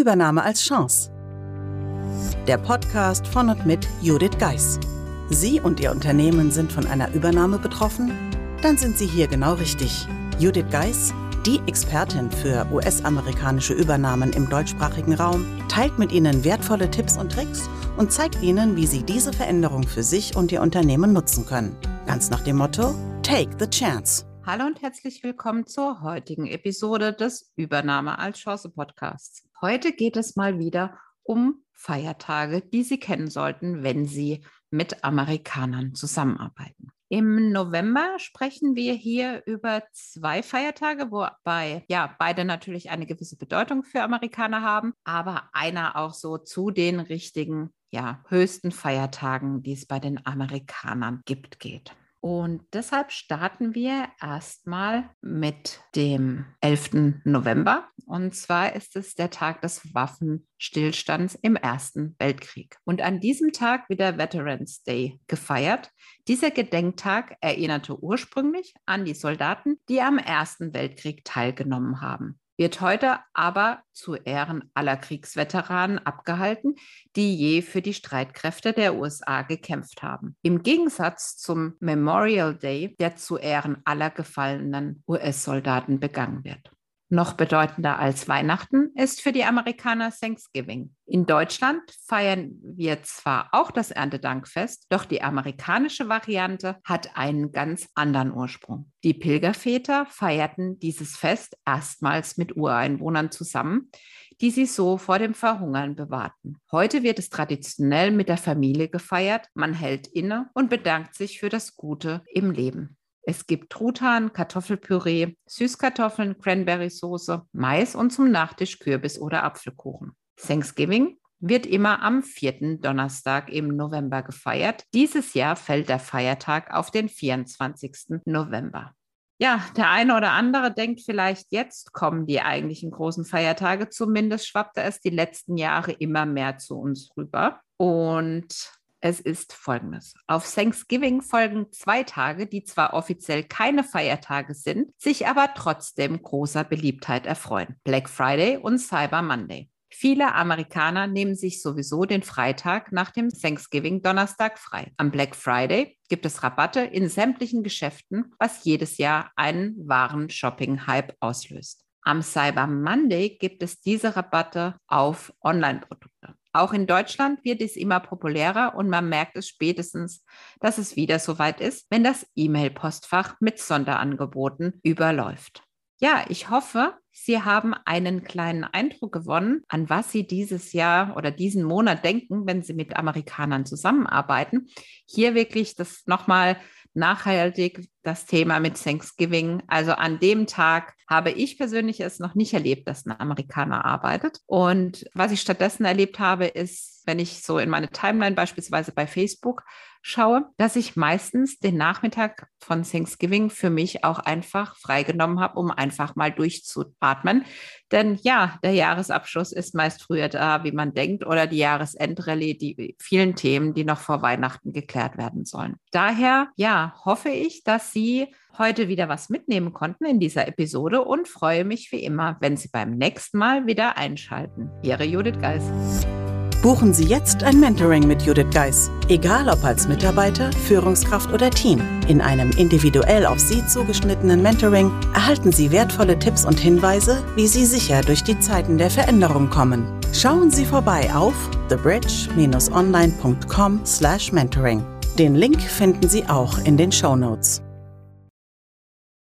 Übernahme als Chance. Der Podcast von und mit Judith Geis. Sie und Ihr Unternehmen sind von einer Übernahme betroffen? Dann sind Sie hier genau richtig. Judith Geis, die Expertin für US-amerikanische Übernahmen im deutschsprachigen Raum, teilt mit Ihnen wertvolle Tipps und Tricks und zeigt Ihnen, wie Sie diese Veränderung für sich und Ihr Unternehmen nutzen können. Ganz nach dem Motto: Take the chance. Hallo und herzlich willkommen zur heutigen Episode des Übernahme als Chance Podcasts. Heute geht es mal wieder um Feiertage, die Sie kennen sollten, wenn Sie mit Amerikanern zusammenarbeiten. Im November sprechen wir hier über 2 Feiertage, wobei beide natürlich eine gewisse Bedeutung für Amerikaner haben, aber einer auch so zu den richtigen, höchsten Feiertagen, die es bei den Amerikanern gibt, geht. Und deshalb starten wir erstmal mit dem 11. November. Und zwar ist es der Tag des Waffenstillstands im Ersten Weltkrieg. Und an diesem Tag wird der Veterans Day gefeiert. Dieser Gedenktag erinnerte ursprünglich an die Soldaten, die am Ersten Weltkrieg teilgenommen haben. Wird heute aber zu Ehren aller Kriegsveteranen abgehalten, die je für die Streitkräfte der USA gekämpft haben. Im Gegensatz zum Memorial Day, der zu Ehren aller gefallenen US-Soldaten begangen wird. Noch bedeutender als Weihnachten ist für die Amerikaner Thanksgiving. In Deutschland feiern wir zwar auch das Erntedankfest, doch die amerikanische Variante hat einen ganz anderen Ursprung. Die Pilgerväter feierten dieses Fest erstmals mit Ureinwohnern zusammen, die sie so vor dem Verhungern bewahrten. Heute wird es traditionell mit der Familie gefeiert, man hält inne und bedankt sich für das Gute im Leben. Es gibt Truthahn, Kartoffelpüree, Süßkartoffeln, Cranberry-Soße, Mais und zum Nachtisch Kürbis oder Apfelkuchen. Thanksgiving wird immer am 4. Donnerstag im November gefeiert. Dieses Jahr fällt der Feiertag auf den 24. November. Ja, der eine oder andere denkt vielleicht, jetzt kommen die eigentlichen großen Feiertage. Zumindest schwappte es die letzten Jahre immer mehr zu uns rüber. Und es ist Folgendes. Auf Thanksgiving folgen 2 Tage, die zwar offiziell keine Feiertage sind, sich aber trotzdem großer Beliebtheit erfreuen. Black Friday und Cyber Monday. Viele Amerikaner nehmen sich sowieso den Freitag nach dem Thanksgiving-Donnerstag frei. Am Black Friday gibt es Rabatte in sämtlichen Geschäften, was jedes Jahr einen wahren Shopping-Hype auslöst. Am Cyber Monday gibt es diese Rabatte auf Online-Produkte. Auch in Deutschland wird es immer populärer und man merkt es spätestens, dass es wieder soweit ist, wenn das E-Mail-Postfach mit Sonderangeboten überläuft. Ja, ich hoffe, Sie haben einen kleinen Eindruck gewonnen, an was Sie dieses Jahr oder diesen Monat denken, wenn Sie mit Amerikanern zusammenarbeiten. Hier wirklich das nochmal nachhaltig das Thema mit Thanksgiving. Also an dem Tag habe ich persönlich es noch nicht erlebt, dass ein Amerikaner arbeitet. Und was ich stattdessen erlebt habe, ist, wenn ich so in meine Timeline beispielsweise bei Facebook schaue, dass ich meistens den Nachmittag von Thanksgiving für mich auch einfach freigenommen habe, um einfach mal durchzuatmen. Denn ja, der Jahresabschluss ist meist früher da, wie man denkt, oder die Jahresendrallye, die vielen Themen, die noch vor Weihnachten geklärt werden sollen. Daher, hoffe ich, dass Sie heute wieder was mitnehmen konnten in dieser Episode und freue mich wie immer, wenn Sie beim nächsten Mal wieder einschalten. Ihre Judith Geis. Buchen Sie jetzt ein Mentoring mit Judith Geis. Egal ob als Mitarbeiter, Führungskraft oder Team. In einem individuell auf Sie zugeschnittenen Mentoring erhalten Sie wertvolle Tipps und Hinweise, wie Sie sicher durch die Zeiten der Veränderung kommen. Schauen Sie vorbei auf thebridge-online.com/mentoring. Den Link finden Sie auch in den Shownotes.